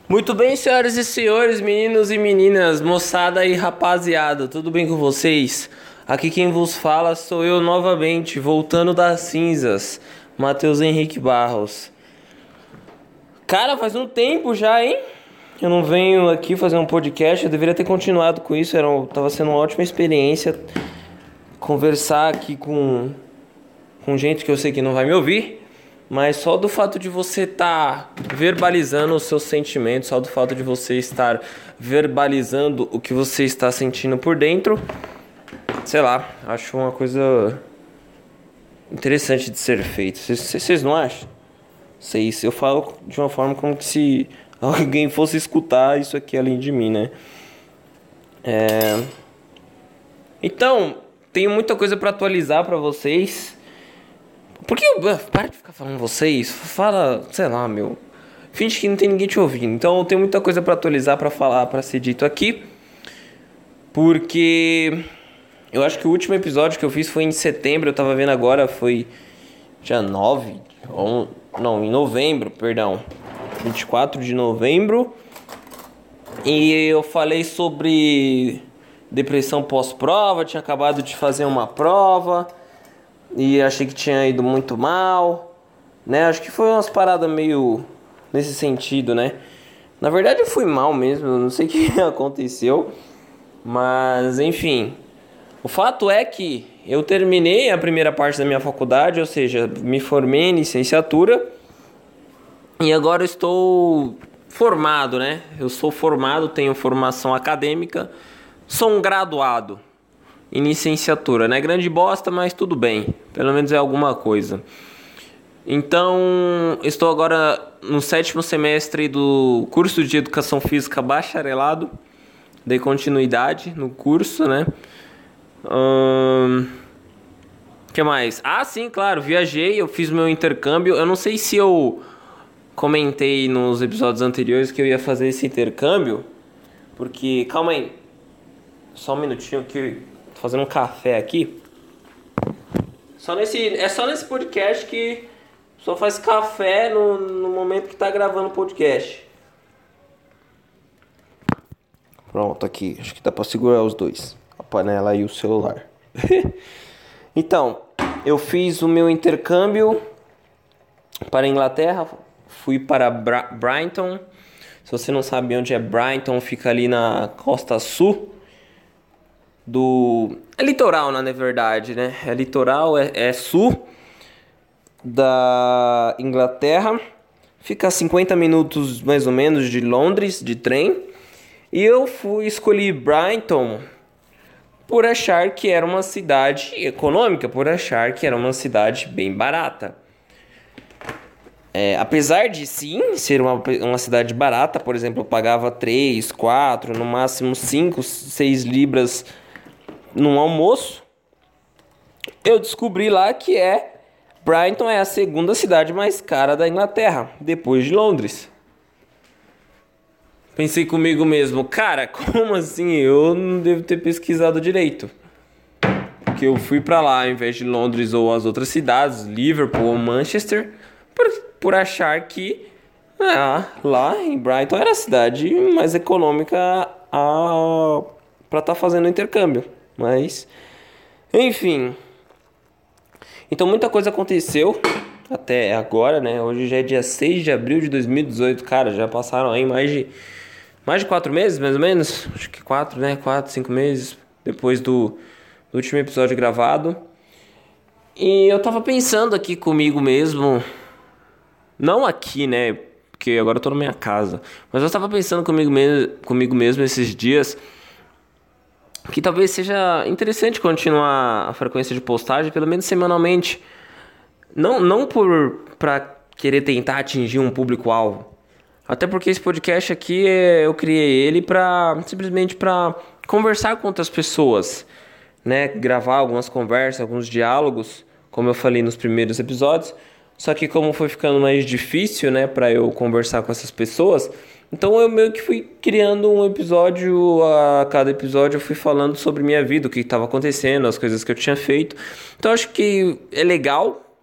Muito bem, senhoras e senhores, meninos e meninas, moçada e rapaziada, tudo bem com vocês? Aqui quem vos fala sou eu novamente, voltando das cinzas, Matheus Henrique Barros. Cara, faz um tempo já, hein? Eu não venho aqui fazer um podcast, eu deveria ter continuado com isso, tava sendo uma ótima experiência conversar aqui com gente que eu sei que não vai me ouvir. Mas só do fato de você estar verbalizando os seus sentimentos, só do fato de você estar verbalizando o que você está sentindo por dentro, sei lá, acho uma coisa interessante de ser feito. Vocês não acham? Sei, eu falo de uma forma como que se alguém fosse escutar isso aqui além de mim, né? Então, tenho muita coisa para atualizar para vocês. Porque para de ficar falando vocês, fala, sei lá, meu. Finge que não tem ninguém te ouvindo. Então eu tenho muita coisa pra atualizar, pra falar, pra ser dito aqui. Porque eu acho que o último episódio que eu fiz foi em setembro, eu tava vendo agora, foi dia 9, em novembro, perdão. 24 de novembro. E eu falei sobre depressão pós-prova, tinha acabado de fazer uma prova. E achei que tinha ido muito mal, né? Acho que foi umas paradas meio nesse sentido, né? Na verdade eu fui mal mesmo, eu não sei o que aconteceu. Mas enfim, o fato é que eu terminei a primeira parte da minha faculdade, ou seja, me formei em licenciatura. E agora eu estou formado, né? Eu sou formado, tenho formação acadêmica, sou um graduado em licenciatura, né? Grande bosta, mas tudo bem. Pelo menos é alguma coisa. Então, estou agora no 7º semestre do curso de Educação Física Bacharelado. Dei continuidade no curso, né? Que mais? Ah, sim, claro. Viajei, eu fiz meu intercâmbio. Eu não sei se eu comentei nos episódios anteriores que eu ia fazer esse intercâmbio. Porque, calma aí. Só um minutinho que... Tô fazendo um café aqui. É só nesse podcast que só faz café no momento que tá gravando o podcast. Pronto, aqui. Acho que dá pra segurar os dois. A panela e o celular. Então, eu fiz o meu intercâmbio para a Inglaterra. Fui para Brighton. Se você não sabe onde é Brighton, fica ali na costa sul. É litoral, na verdade, né? É litoral, é sul da Inglaterra. Fica a 50 minutos mais ou menos de Londres, de trem. E eu escolhi Brighton por achar que era uma cidade econômica, por achar que era uma cidade bem barata. Apesar de sim ser uma cidade barata, por exemplo, eu pagava 3, 4, no máximo 5, 6 libras num almoço, eu descobri lá que Brighton é a segunda cidade mais cara da Inglaterra, depois de Londres. Pensei comigo mesmo, cara, como assim? Eu não devo ter pesquisado direito. Porque eu fui pra lá, ao invés de Londres ou as outras cidades, Liverpool ou Manchester, por achar que lá em Brighton era a cidade mais econômica pra estar fazendo intercâmbio. Mas, enfim. Então muita coisa aconteceu até agora, né? Hoje já é dia 6 de abril de 2018. Cara, já passaram aí mais de 4 meses, mais ou menos. Acho que 4, né? 4, 5 meses depois do último episódio gravado. E eu tava pensando aqui comigo mesmo. Não aqui, né? Porque agora eu tô na minha casa. Mas eu tava pensando comigo mesmo esses dias que talvez seja interessante continuar a frequência de postagem, pelo menos semanalmente. Não pra querer tentar atingir um público-alvo. Até porque esse podcast aqui, eu criei ele simplesmente pra conversar com outras pessoas, né? Gravar algumas conversas, alguns diálogos, como eu falei nos primeiros episódios. Só que como foi ficando mais difícil, né, pra eu conversar com essas pessoas, então eu meio que fui criando um episódio, a cada episódio eu fui falando sobre minha vida, o que estava acontecendo, as coisas que eu tinha feito. Então acho que é legal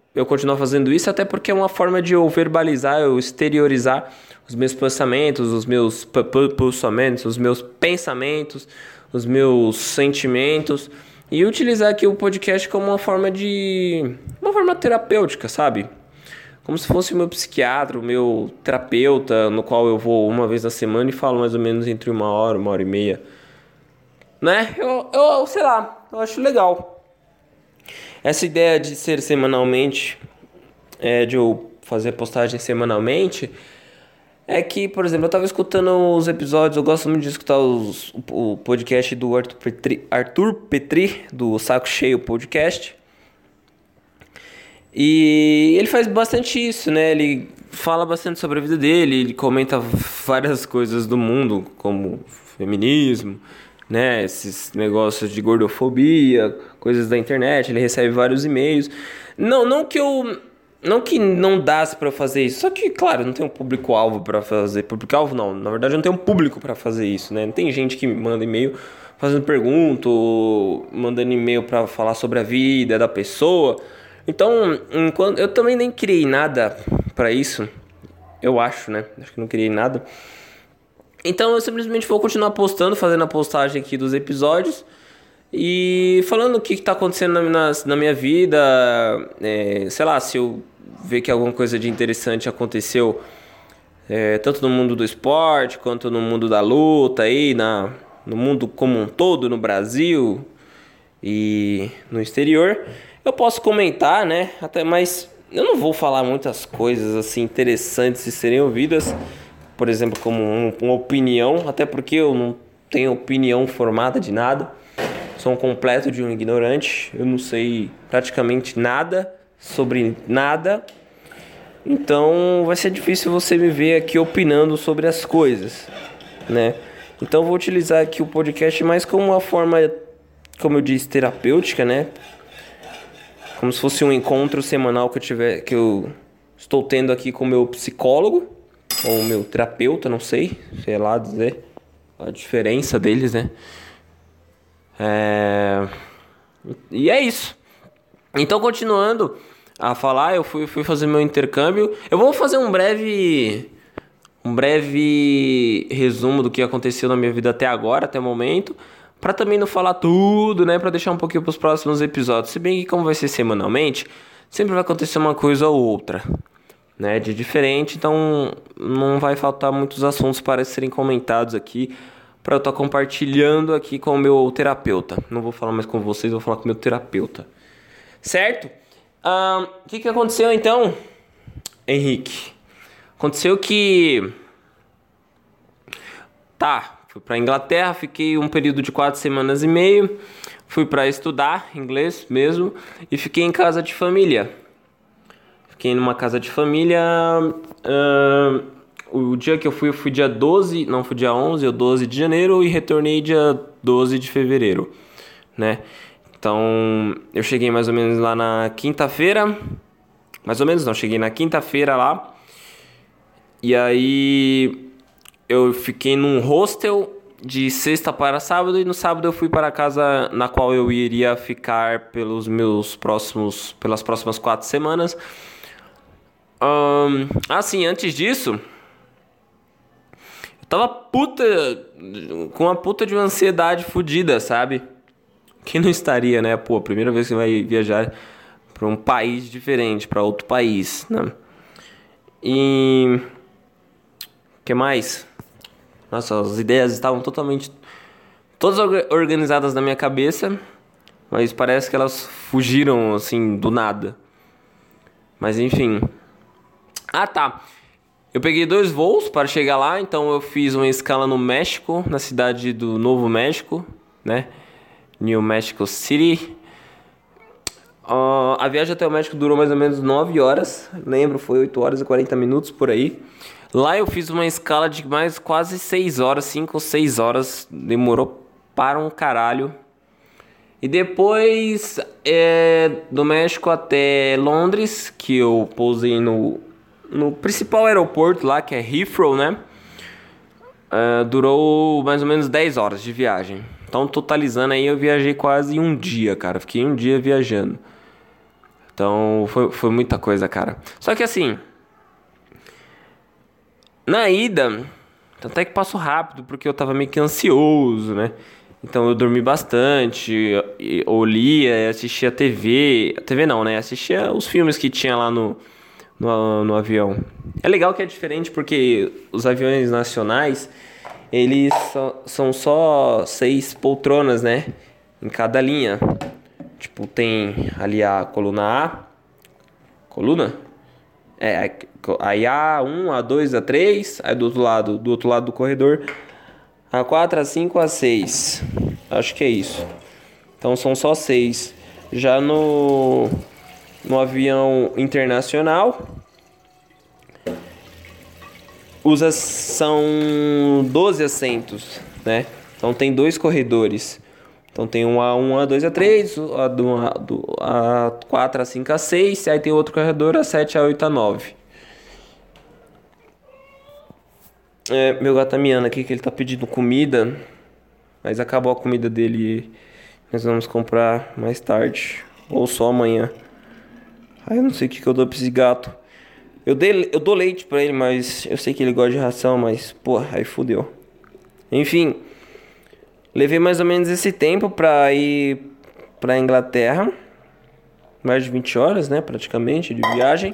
eu continuar fazendo isso, até porque é uma forma de eu verbalizar, eu exteriorizar os meus pensamentos, os meus pensamentos, os meus pensamentos, os meus sentimentos, e utilizar aqui o podcast como uma forma terapêutica, sabe? Como se fosse o meu psiquiatra, o meu terapeuta, no qual eu vou uma vez na semana e falo mais ou menos entre 1 hora e meia, né? Eu sei lá, eu acho legal. Essa ideia de ser semanalmente, de eu fazer postagem semanalmente, é que, por exemplo, eu tava escutando os episódios, eu gosto muito de escutar o podcast do Arthur Petri, do Saco Cheio Podcast. E ele faz bastante isso, né? Ele fala bastante sobre a vida dele, ele comenta várias coisas do mundo, como feminismo, né? Esses negócios de gordofobia, coisas da internet, ele recebe vários e-mails. Não que não dasse pra eu fazer isso, só que, claro, não tem um público-alvo pra fazer. Público-alvo não, na verdade não tem um público pra fazer isso, né? Não tem gente que me manda e-mail fazendo pergunta, ou mandando e-mail pra falar sobre a vida da pessoa. Então, enquanto eu também nem criei nada pra isso, eu acho, né? Acho que não criei nada. Então eu simplesmente vou continuar postando, fazendo a postagem aqui dos episódios e falando o que tá acontecendo na minha vida. Sei lá, se eu ver que alguma coisa de interessante aconteceu, tanto no mundo do esporte quanto no mundo da luta aí, no mundo como um todo, no Brasil e no exterior, eu posso comentar, né? Mas eu não vou falar muitas coisas assim interessantes de serem ouvidas, por exemplo, como uma opinião, até porque eu não tenho opinião formada de nada. Sou um completo de um ignorante, eu não sei praticamente nada sobre nada. Então vai ser difícil você me ver aqui opinando sobre as coisas, né? Então eu vou utilizar aqui o podcast mais como uma forma, como eu disse, terapêutica, né? Como se fosse um encontro semanal que eu estou tendo aqui com o meu psicólogo ou o meu terapeuta, não sei lá dizer a diferença deles, né? E é isso. Então, continuando a falar, eu fui fazer meu intercâmbio. Eu vou fazer um breve resumo do que aconteceu na minha vida até agora, até o momento, para também não falar tudo, né? Para deixar um pouquinho para os próximos episódios. Se bem que, como vai ser semanalmente, sempre vai acontecer uma coisa ou outra, né? De diferente, então não vai faltar muitos assuntos para serem comentados aqui, para eu estar compartilhando aqui com o meu terapeuta. Não vou falar mais com vocês, vou falar com o meu terapeuta. Certo? O que aconteceu então, Henrique? Aconteceu que... fui pra Inglaterra, fiquei um período de 4 semanas e meia. Fui pra estudar inglês mesmo e fiquei em casa de família. Fiquei numa casa de família... O dia que eu fui dia 12, não, fui dia 11 ou 12 de janeiro e retornei dia 12 de fevereiro, né? Então, eu cheguei mais ou menos lá na quinta-feira, mais ou menos não, cheguei na quinta-feira lá, e aí eu fiquei num hostel de sexta para sábado, e no sábado eu fui para a casa na qual eu iria ficar pelas próximas 4 semanas. Antes disso... Tava com uma puta de uma ansiedade fodida, sabe? Quem não estaria, né? Pô, primeira vez que você vai viajar pra um país diferente, pra outro país, né? E... o que mais? Nossa, as ideias estavam todas organizadas na minha cabeça, mas parece que elas fugiram, assim, do nada. Mas enfim... Eu peguei 2 voos para chegar lá, então eu fiz uma escala no México, na cidade do Novo México, né? New Mexico City. A viagem até o México durou mais ou menos 9 horas, lembro, foi 8 horas e 40 minutos por aí. Lá eu fiz uma escala de mais quase 6 horas, 5 ou 6 horas, demorou para um caralho. E depois do México até Londres, que eu pousei no principal aeroporto lá, que é Heathrow, né? Durou mais ou menos 10 horas de viagem. Então, totalizando aí, eu viajei quase um dia, cara. Fiquei um dia viajando. Então foi muita coisa, cara. Só que assim, na ida, tanto é que passou rápido, porque eu tava meio que ansioso, né? Então eu dormi bastante, ou lia, assistia TV. TV não, né? Assistia os filmes que tinha lá no avião. É legal que é diferente porque os aviões nacionais, eles são só 6 poltronas, né? Em cada linha. Tipo, tem ali a coluna A. Coluna? Aí A1, A2, A3. Aí do outro lado do corredor, A4, A5, A6. Acho que é isso. Então são só 6. Já no avião internacional, são 12 assentos, né? Então tem 2 corredores. Então tem um A1, A2, A3, A4, A5, A6, aí tem outro corredor, A7, A8, A9. Meu gato tá miando aqui que ele tá pedindo comida, mas acabou a comida dele e nós vamos comprar mais tarde, ou só amanhã. Aí eu não sei o que eu dou pra esse gato. Eu dou leite pra ele, mas eu sei que ele gosta de ração, mas, pô, aí fudeu. Enfim, levei mais ou menos esse tempo pra ir pra Inglaterra. Mais de 20 horas, né, praticamente, de viagem.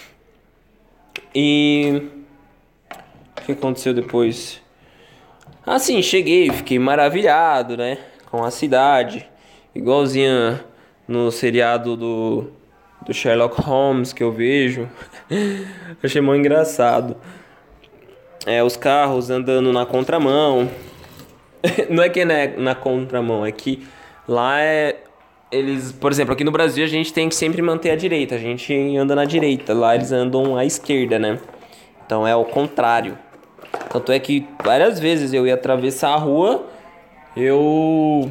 E o que aconteceu depois? Assim, cheguei, fiquei maravilhado, né, com a cidade. Igualzinha no seriado do Sherlock Holmes que eu vejo. Achei muito engraçado. Os carros andando na contramão. Não é que é na contramão, é que lá eles, por exemplo, aqui no Brasil a gente tem que sempre manter a direita, a gente anda na direita, lá eles andam à esquerda, né? Então é o contrário. Tanto é que várias vezes eu ia atravessar a rua, eu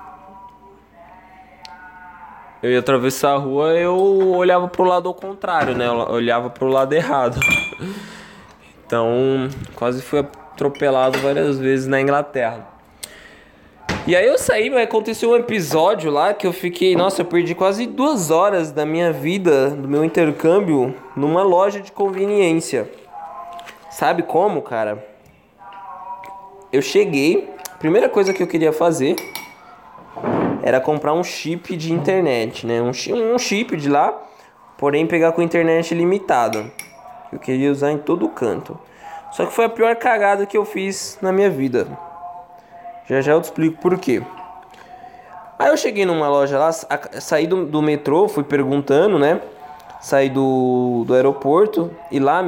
eu olhava pro lado ao contrário, né? Eu olhava pro lado errado. Então, quase fui atropelado várias vezes na Inglaterra. E aí eu saí, mas aconteceu um episódio lá que eu fiquei... Nossa, eu perdi quase 2 horas da minha vida, do meu intercâmbio, numa loja de conveniência. Sabe como, cara? Eu cheguei, a primeira coisa que eu queria fazer era comprar um chip de internet, né? Um chip de lá, porém pegar com internet limitada. Eu queria usar em todo canto. Só que foi a pior cagada que eu fiz na minha vida. Já já eu te explico por quê. Aí eu cheguei numa loja lá, saí do metrô, fui perguntando, né? Saí do aeroporto e lá,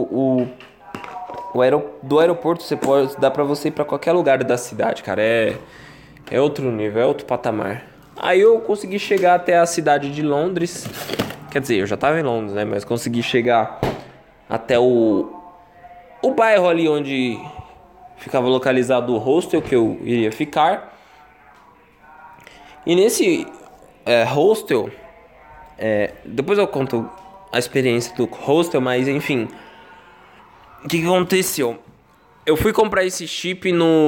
do aeroporto dá pra você ir pra qualquer lugar da cidade, cara. É outro nível, é outro patamar. Aí eu consegui chegar até a cidade de Londres. Quer dizer, eu já tava em Londres, né? Mas consegui chegar até o bairro ali onde ficava localizado o hostel que eu iria ficar. E nesse hostel, depois eu conto a experiência do hostel, mas enfim, o que aconteceu? Eu fui comprar esse chip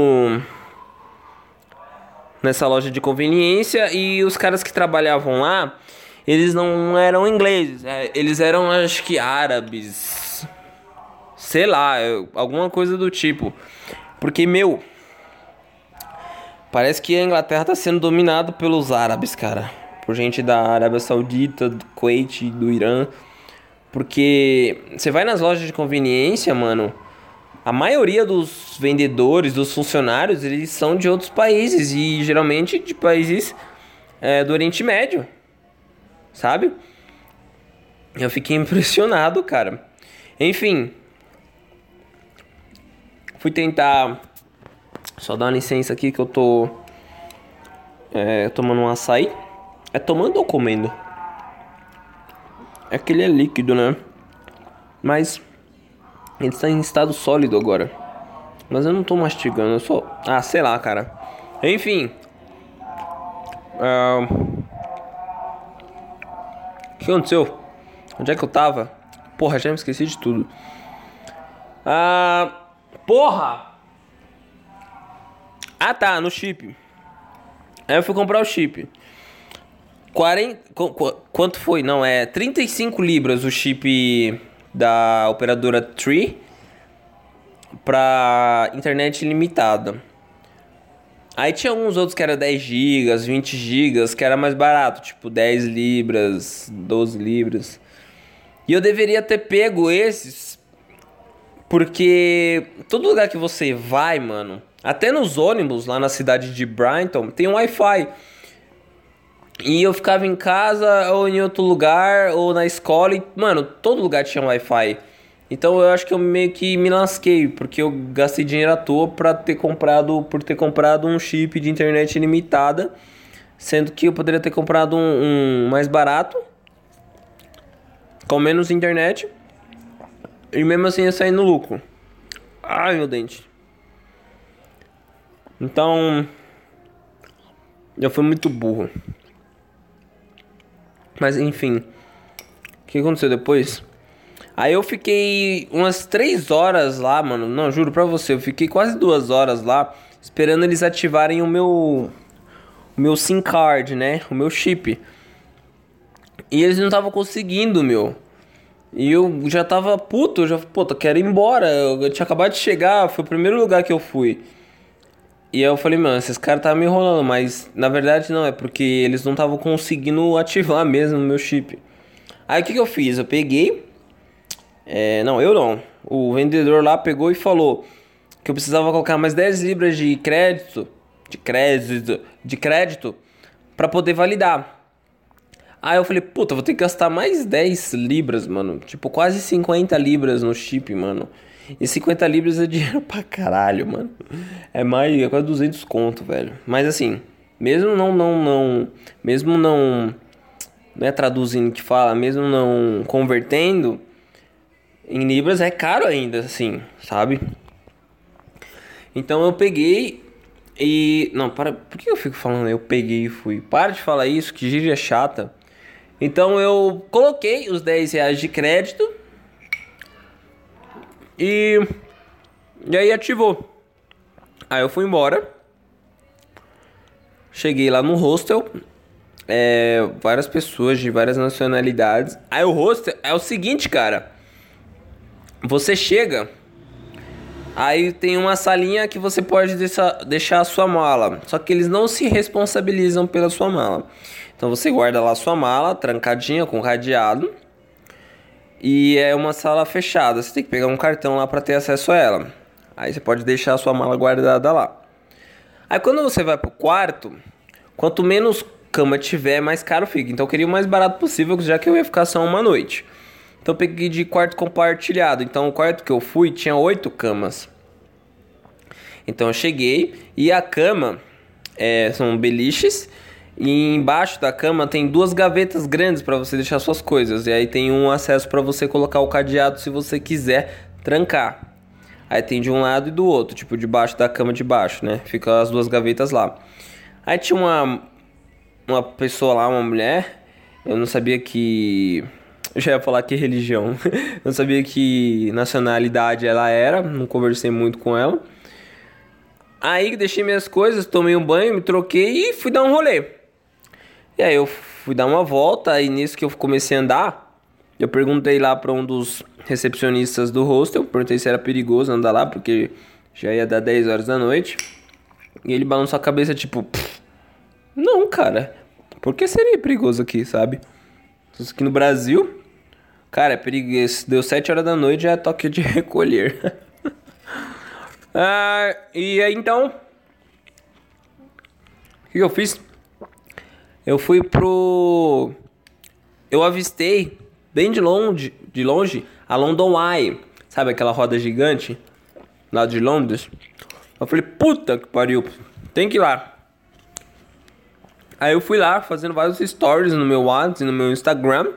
nessa loja de conveniência e os caras que trabalhavam lá, eles não eram ingleses, eles eram, acho que, árabes, sei lá, alguma coisa do tipo. Porque, parece que a Inglaterra tá sendo dominada pelos árabes, cara. Por gente da Arábia Saudita, do Kuwait, do Irã. Porque você vai nas lojas de conveniência, mano, a maioria dos vendedores, dos funcionários, eles são de outros países. E geralmente de países do Oriente Médio, sabe? Eu fiquei impressionado, cara. Enfim, fui tentar... Só dar uma licença aqui que eu tô tomando um açaí. É tomando ou comendo? É que ele é líquido, né? Mas ele está em estado sólido agora. Mas eu não tô mastigando, eu só... Ah, sei lá, cara. Enfim. O que aconteceu? Onde é que eu tava? Porra, já me esqueci de tudo. Porra! Ah, tá, no chip. Aí eu fui comprar o chip. Quanto foi? Não, é 35 libras o chip da operadora Tree pra internet ilimitada. Aí tinha alguns outros que era 10 gigas, 20 gigas, que era mais barato, tipo 10 libras, 12 libras. E eu deveria ter pego esses, porque todo lugar que você vai, mano, até nos ônibus lá na cidade de Brighton, tem um Wi-Fi. E eu ficava em casa ou em outro lugar ou na escola e, mano, todo lugar tinha Wi-Fi. Então eu acho que eu meio que me lasquei, porque eu gastei dinheiro à toa por ter comprado um chip de internet ilimitada, sendo que eu poderia ter comprado um mais barato, com menos internet, e mesmo assim ia sair no lucro. Ai, meu dente. Então, eu fui muito burro. Mas enfim, o que aconteceu depois? Aí eu fiquei umas 3 horas lá, mano. Não, juro pra você, eu fiquei quase 2 horas lá esperando eles ativarem o meu SIM card, né? O meu chip. E eles não estavam conseguindo, meu. E eu já tava puto, eu já, puta, quero ir embora. Eu tinha acabado de chegar, foi o primeiro lugar que eu fui. E aí eu falei, mano, esses caras estavam me enrolando, mas na verdade não, é porque eles não estavam conseguindo ativar mesmo o meu chip. Aí o que eu fiz? Eu peguei. Não, eu não. O vendedor lá pegou e falou que eu precisava colocar mais 10 libras de crédito. De crédito pra poder validar. Aí eu falei, puta, vou ter que gastar mais 10 libras, mano. Tipo, quase 50 libras no chip, mano. E 50 libras é dinheiro pra caralho, mano. É quase 200 conto, velho. Mas assim, mesmo mesmo não é traduzindo que fala, mesmo não convertendo em libras é caro ainda, assim, sabe? Então eu peguei e... Não, por que eu fico falando eu peguei e fui? Para de falar isso, que gíria chata. Então eu coloquei os 10 reais de crédito e aí ativou. Aí eu fui embora. Cheguei lá no hostel. Várias pessoas de várias nacionalidades. Aí o hostel é o seguinte, cara. Você chega, aí tem uma salinha que você pode deixar a sua mala. Só que eles não se responsabilizam pela sua mala. Então você guarda lá a sua mala, trancadinha, com cadeado. E é uma sala fechada. Você tem que pegar um cartão lá para ter acesso a ela. Aí você pode deixar a sua mala guardada lá. Aí quando você vai pro quarto, quanto menos cama tiver, mais caro fica. Então eu queria o mais barato possível, já que eu ia ficar só uma noite. Então eu peguei de quarto compartilhado. Então o quarto que eu fui tinha 8 camas. Então eu cheguei e a cama são beliches. E embaixo da cama tem 2 gavetas grandes para você deixar suas coisas. E aí tem um acesso para você colocar o cadeado se você quiser trancar. Aí tem de um lado e do outro, tipo debaixo da cama de baixo, né? Fica as 2 gavetas lá. Aí tinha uma pessoa lá, uma mulher. Eu não sabia que... Eu já ia falar que religião. Eu não sabia que nacionalidade ela era. Não conversei muito com ela. Aí deixei minhas coisas, tomei um banho, me troquei e fui dar um rolê. E aí eu fui dar uma volta. E nisso que eu comecei a andar, eu perguntei lá para um dos recepcionistas do hostel. Perguntei se era perigoso andar lá, porque já ia dar 10 horas da noite. E ele balançou a cabeça tipo... Não, cara. Por que seria perigoso aqui, sabe? Aqui no Brasil... Cara, é perigoso. Deu 7 horas da noite, já é toque de recolher. E aí, então... O que eu fiz? Eu fui pro... Eu avistei, bem de longe, a London Eye. Sabe aquela roda gigante? Lá de Londres. Eu falei, puta que pariu. Tem que ir lá. Aí eu fui lá, fazendo vários stories no meu WhatsApp e no meu Instagram.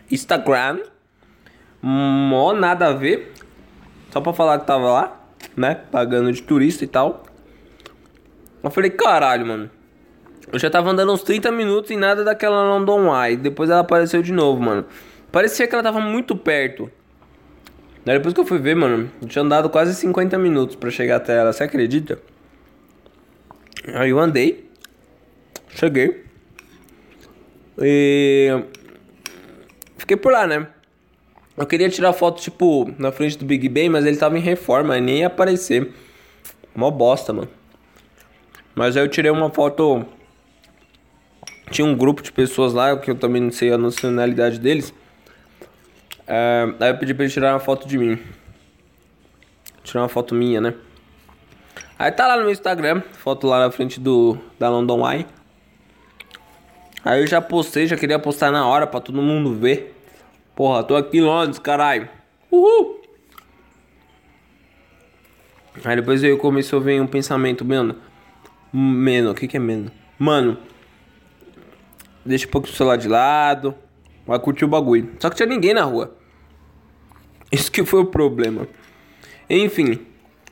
Mó nada a ver. Só pra falar que tava lá, né? Pagando de turista e tal. Eu falei, caralho, mano. Eu já tava andando uns 30 minutos e nada daquela London Eye. Depois ela apareceu de novo, mano. Parecia que ela tava muito perto. Daí depois que eu fui ver, mano, eu tinha andado quase 50 minutos pra chegar até ela. Você acredita? Aí eu andei. Cheguei. E fiquei por lá, né? Eu queria tirar foto, tipo, na frente do Big Ben, mas ele tava em reforma, nem ia aparecer. Mó bosta, mano. Mas aí eu tirei uma foto. Tinha um grupo de pessoas lá, que eu também não sei a nacionalidade deles. Aí eu pedi pra ele tirar uma foto de mim. Tirar uma foto minha, né? Aí tá lá no meu Instagram, foto lá na frente da London Eye. Aí eu já postei, já queria postar na hora pra todo mundo ver. Porra, tô aqui em Londres, caralho. Uhul! Aí depois eu comecei a ver um pensamento, mano. O que é menos? Mano, deixa um pouco o celular de lado. Vai curtir o bagulho. Só que tinha ninguém na rua. Isso que foi o problema. Enfim.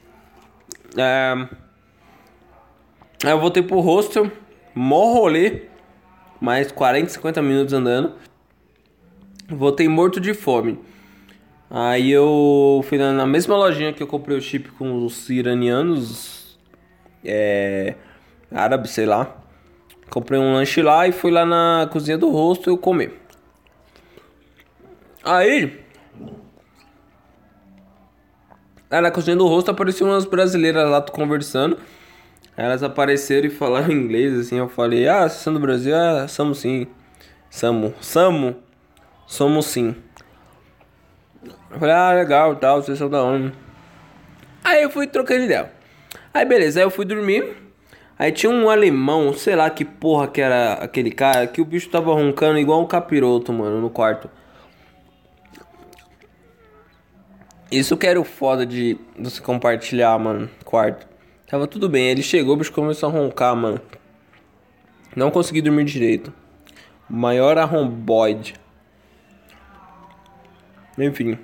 Aí eu voltei pro hostel. Mó rolê. Mais 40, 50 minutos andando. Voltei morto de fome. Aí eu fui na mesma lojinha que eu comprei o chip com os iranianos. Árabes, sei lá. Comprei um lanche lá e fui lá na cozinha do hostel comer. Aí, lá na cozinha do hostel apareciam umas brasileiras lá conversando. Elas apareceram e falaram inglês, assim. Eu falei, vocês são do Brasil? Somos sim. Somos sim. Eu falei, legal, tal, vocês são da onde? Aí eu fui trocando ideia. Aí beleza, aí eu fui dormir. Aí tinha um alemão, sei lá que porra que era aquele cara, que o bicho tava roncando igual um capiroto, mano, no quarto. Isso que era o foda de você compartilhar, mano, quarto. Tava tudo bem, ele chegou, o bicho começou a roncar, mano. Não consegui dormir direito. Maior arromboide. Enfim.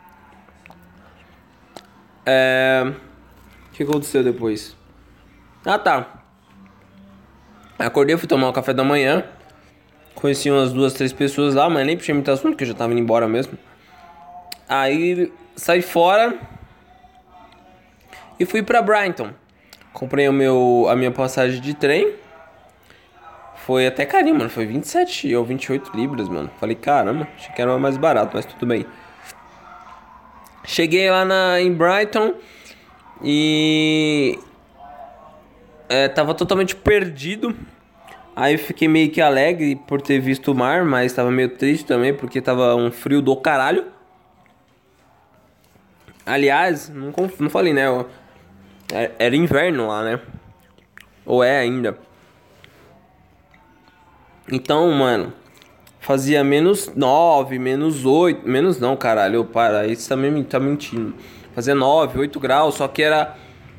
O que aconteceu depois? Ah, tá. Acordei, fui tomar um café da manhã. Conheci umas 2, 3 pessoas lá, mas nem puxei muito assunto, porque eu já tava indo embora mesmo. Aí saí fora e fui pra Brighton. Comprei a minha passagem de trem. Foi até carinho, mano. Foi 27 ou 28 libras, mano. Falei, caramba, achei que era mais barato, mas tudo bem. Cheguei lá em Brighton e tava totalmente perdido. Aí eu fiquei meio que alegre por ter visto o mar, mas tava meio triste também porque tava um frio do caralho. Aliás, não falei, né? Era inverno lá, né? Ou é ainda. Então, mano, fazia -9, -8. Menos não, caralho. Para, aí você também tá mentindo. Fazia 9, 8 graus, só que era.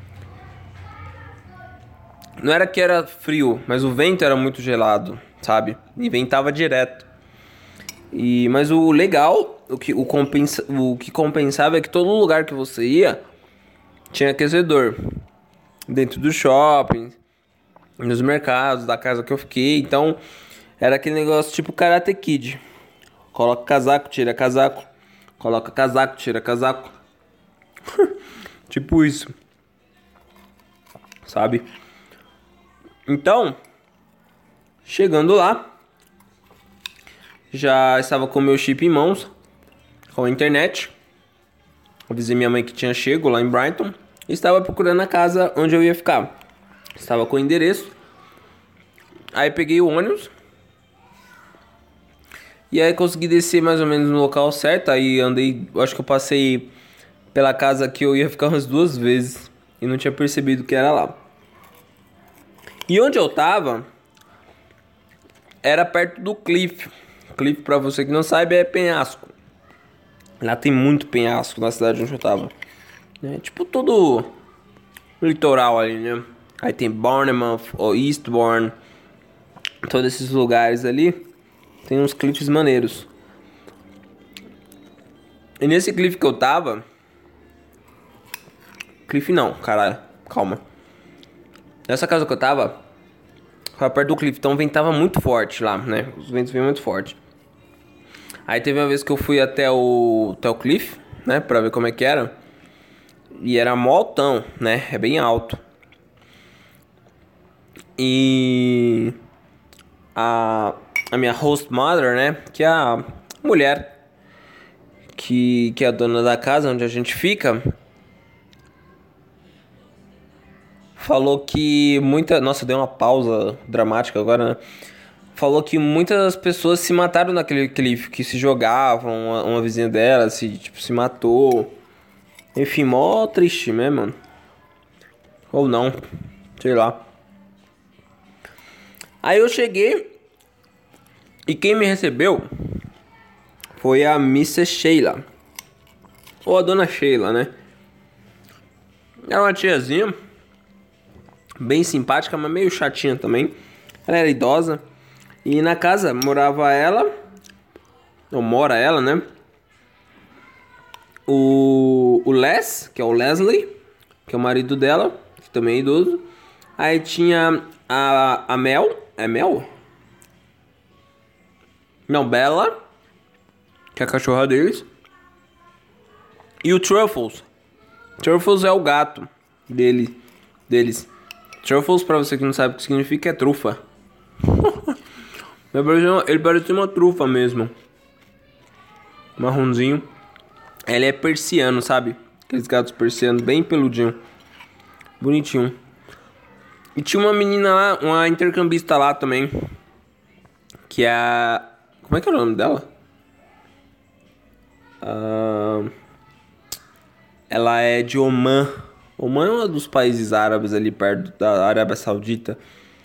Não era que era frio, mas o vento era muito gelado, sabe? E ventava direto. Mas o legal, o que compensava é que todo lugar que você ia tinha aquecedor. Dentro do shopping, nos mercados, da casa que eu fiquei. Então, era aquele negócio tipo Karate Kid. Coloca casaco, tira casaco. Coloca casaco, tira casaco. Tipo isso. Sabe? Então, chegando lá, já estava com o meu chip em mãos, com a internet. Avisei minha mãe que tinha chego lá em Brighton. E estava procurando a casa onde eu ia ficar. Estava com o endereço. Aí peguei o ônibus. E aí consegui descer mais ou menos no local certo. Aí andei, acho que eu passei pela casa que eu ia ficar umas 2 vezes. E não tinha percebido que era lá. E onde eu tava era perto do Cliff. Cliff, pra você que não sabe, é penhasco. Lá tem muito penhasco na cidade onde eu tava. Tipo todo litoral ali, né? Aí tem Bournemouth ou Eastbourne. Todos esses lugares ali tem uns cliffs maneiros. E nesse cliff que eu tava... Cliff não, caralho. Calma. Nessa casa que eu tava, foi perto do cliff, então ventava muito forte lá, né? Os ventos vinham muito forte. Aí teve uma vez que eu fui até o cliff, né? Pra ver como é que era. E era mó altão, né? É bem alto. E... a minha host mother, né? Que é a mulher que é a dona da casa onde a gente fica. Falou que Nossa, deu uma pausa dramática agora, né? Falou que muitas pessoas se mataram naquele clipe, que se jogavam, uma vizinha dela se matou. Enfim, mó triste, né, mano? Ou não, sei lá. Aí eu cheguei e quem me recebeu foi a Mrs. Sheila. Ou a dona Sheila, né? Era uma tiazinha, bem simpática, mas meio chatinha também. Ela era idosa. E na casa morava ela, ou mora ela, né? O Les, que é o Leslie, que é o marido dela, que também é idoso. Aí tinha a Mel, é Mel? Não, Bella, que é a cachorra deles. E o Truffles. Truffles é o gato deles. Truffles, pra você que não sabe o que significa, é trufa. Ele parece uma trufa mesmo. Marronzinho. Ele é persiano, sabe? Aqueles gatos persianos, bem peludinho. Bonitinho. E tinha uma menina lá, uma intercambista lá também. Que é a... Como é que é o nome dela? Ela é de Oman. Oman é um dos países árabes ali perto da Arábia Saudita.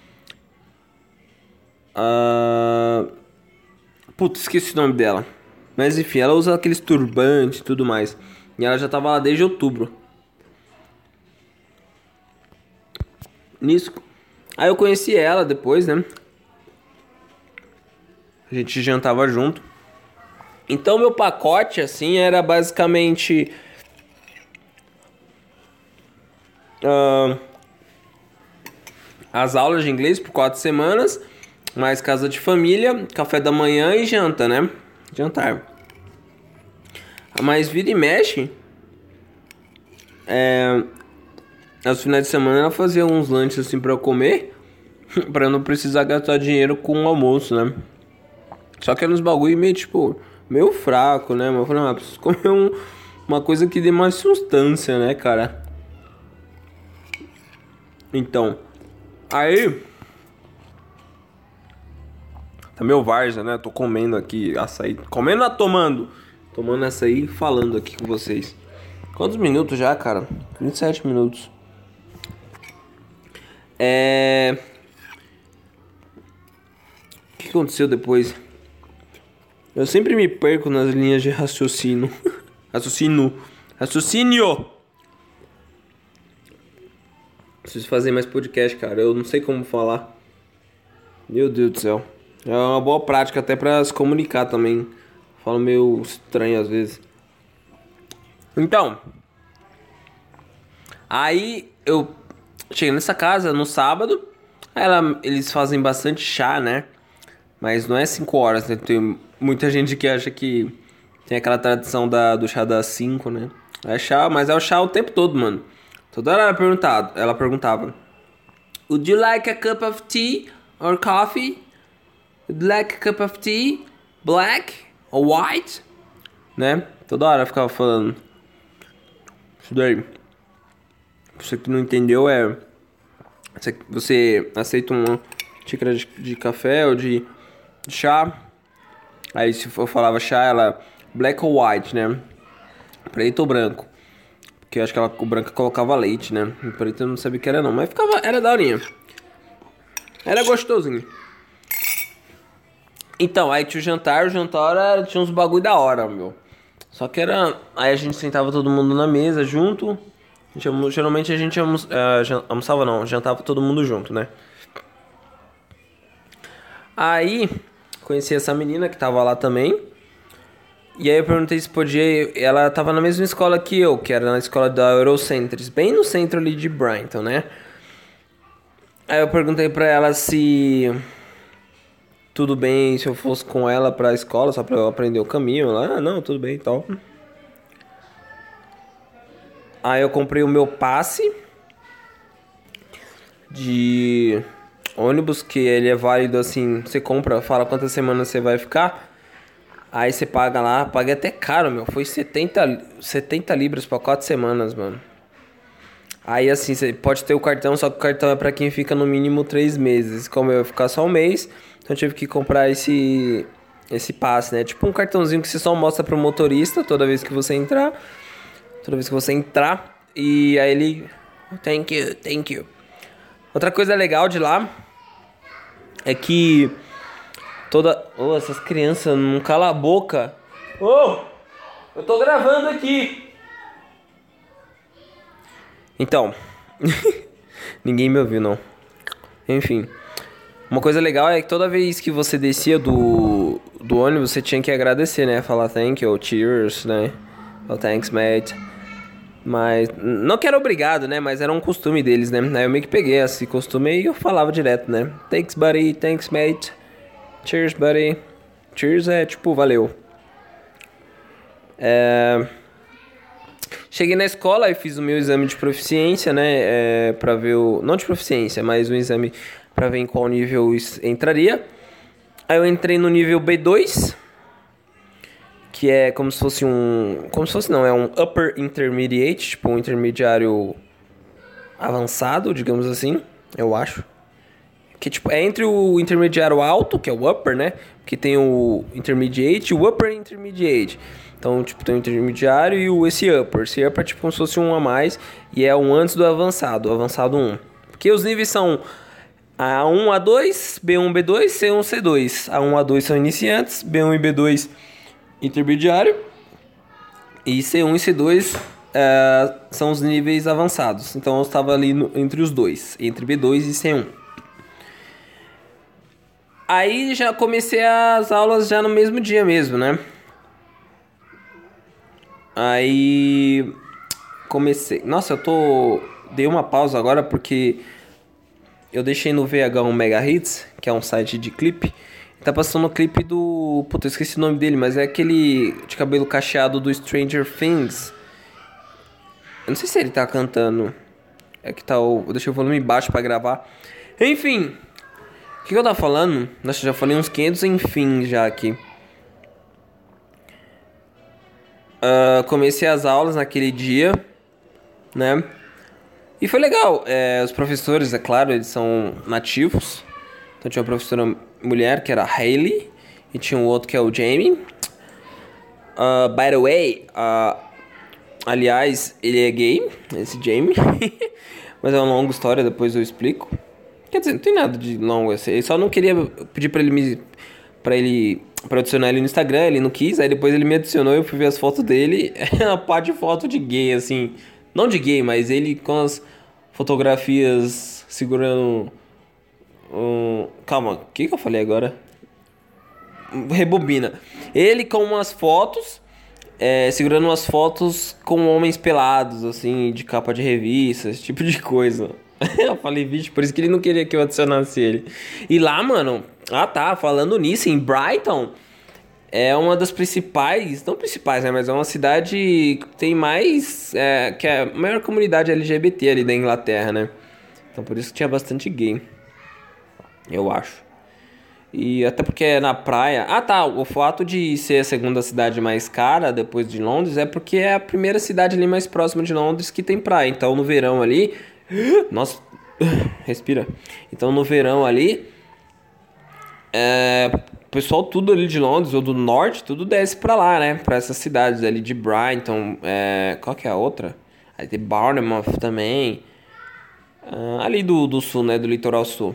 Putz, esqueci o nome dela. Mas enfim, ela usa aqueles turbantes e tudo mais. E ela já tava lá desde outubro. Nisso. Aí eu conheci ela depois, né? A gente jantava junto. Então meu pacote, assim, era basicamente... as aulas de inglês por 4 semanas, mais casa de família, café da manhã e janta, né? Jantar. Mas vira e mexe, aos finais de semana ela fazia uns lanches assim pra eu comer, pra eu não precisar gastar dinheiro com o almoço, né? Só que era uns bagulho meio tipo, meio fraco, né? Mas eu falei, preciso comer uma coisa que dê mais substância, né, cara? Então, aí... Tá meu várzea, né? Tô comendo aqui açaí. Comendo ou tomando? Tomando açaí e falando aqui com vocês. Quantos minutos já, cara? 27 minutos. O que aconteceu depois? Eu sempre me perco nas linhas de raciocínio. Raciocínio! Preciso fazer mais podcast, cara. Eu não sei como falar. Meu Deus do céu. É uma boa prática até pra se comunicar também. Falo meio estranho às vezes. Então. Aí eu cheguei nessa casa no sábado. Eles fazem bastante chá, né? Mas não é 5 horas, né? Tem muita gente que acha que tem aquela tradição do chá das 5, né? É chá, mas é o chá o tempo todo, mano. Toda hora ela perguntava: Would you like a cup of tea or coffee? Would you like a cup of tea? Black or white? Né? Toda hora eu ficava falando. Isso daí. Você que não entendeu você aceita uma xícara de café ou de chá. Aí se eu falava chá, ela black or white, né? Preto ou branco. Porque eu acho que o branco colocava leite, né? O preto eu não sabia o que era não, mas era daorinha. Era gostosinho. Então, aí tinha o jantar tinha uns bagulho da hora, meu. Só que aí a gente sentava todo mundo na mesa junto. Geralmente a gente almoçava não, jantava todo mundo junto, né? Aí, conheci essa menina que tava lá também. E aí eu perguntei se podia... Ela tava na mesma escola que eu, que era na escola da Eurocentris, bem no centro ali de Brighton, né? Aí eu perguntei pra ela se... tudo bem se eu fosse com ela pra escola, só pra eu aprender o caminho. Ela, não, tudo bem e tal. Aí eu comprei o meu passe de ônibus, que ele é válido assim, você compra, fala quantas semanas você vai ficar, aí você paga lá, paguei até caro, meu, foi 70 libras pra 4 semanas, mano. Aí assim, você pode ter o cartão, só que o cartão é pra quem fica no mínimo 3 meses. Como eu ia ficar só um mês, então eu tive que comprar esse passe, né? Tipo um cartãozinho que você só mostra pro motorista toda vez que você entrar. Toda vez que você entrar. E aí ele... Thank you, thank you. Outra coisa legal de lá é que Oh, essas crianças não calam a boca. Oh, eu tô gravando aqui. Então, ninguém me ouviu, não. Enfim, uma coisa legal é que toda vez que você descia do ônibus, você tinha que agradecer, né? Falar thank you, cheers, né? Ou thanks, mate. Mas, não que era obrigado, né? Mas era um costume deles, né? Aí eu meio que peguei esse costume e eu falava direto, né? Thanks, buddy, thanks, mate. Cheers, buddy. Cheers é tipo, valeu. Cheguei na escola e fiz o meu exame de proficiência, né? Pra ver o... Não de proficiência, mas um exame pra ver em qual nível entraria. Aí eu entrei no nível B2, que é como se fosse um... Como se fosse não, é um Upper Intermediate, tipo um intermediário avançado, digamos assim, eu acho. Que tipo, é entre o intermediário alto, que é o Upper, né? Que tem o Intermediate e o Upper Intermediate. Então, tipo, tem o intermediário e esse upper. Esse upper é tipo como se fosse um a mais e é um antes do avançado, o avançado 1. Porque os níveis são A1, A2, B1, B2, C1, C2. A1, A2 são iniciantes, B1 e B2 intermediário e C1 e C2 são os níveis avançados. Então eu estava ali entre os dois, entre B2 e C1. Aí já comecei as aulas já no mesmo dia mesmo, né? Aí comecei. Nossa, dei uma pausa agora porque eu deixei no VH1 Mega Hits, que é um site de clipe. Tá passando o clipe do... Puta, eu esqueci o nome dele, mas é aquele de cabelo cacheado do Stranger Things. Eu não sei se ele tá cantando. É que tá o... Eu deixei o volume baixo pra gravar. Enfim. O que eu tava falando? Nossa, eu já falei uns 500 enfim já aqui. Comecei as aulas naquele dia, né? E foi legal. Os professores, é claro, eles são nativos. Então tinha uma professora mulher que era a Hayley. E tinha um outro que é o Jamie. By the way, aliás, ele é gay, esse Jamie. Mas é uma longa história, depois eu explico. Quer dizer, não tem nada de longo assim. Eu só não queria pedir pra eu adicionar ele no Instagram, ele não quis. Aí depois ele me adicionou e eu fui ver as fotos dele. É uma parte de foto de gay, assim. Não de gay, mas ele com as fotografias segurando... Calma, o que eu falei agora? Rebobina. Ele com umas fotos... segurando umas fotos com homens pelados, assim, de capa de revista, esse tipo de coisa. Eu falei, bicho, por isso que ele não queria que eu adicionasse ele. E lá, mano... falando nisso, em Brighton... É uma das principais... Não principais, né? Mas é uma cidade que tem mais... que é a maior comunidade LGBT ali da Inglaterra, né? Então por isso que tinha bastante gay. Eu acho. E até porque é na praia... O fato de ser a segunda cidade mais cara depois de Londres é porque é a primeira cidade ali mais próxima de Londres que tem praia. Então no verão ali... Nossa... Respira. Então no verão ali... O pessoal tudo ali de Londres ou do norte, tudo desce pra lá, né? Pra essas cidades ali de Brighton. Qual que é a outra? Aí tem Bournemouth também. Ali do sul, né? Do litoral sul.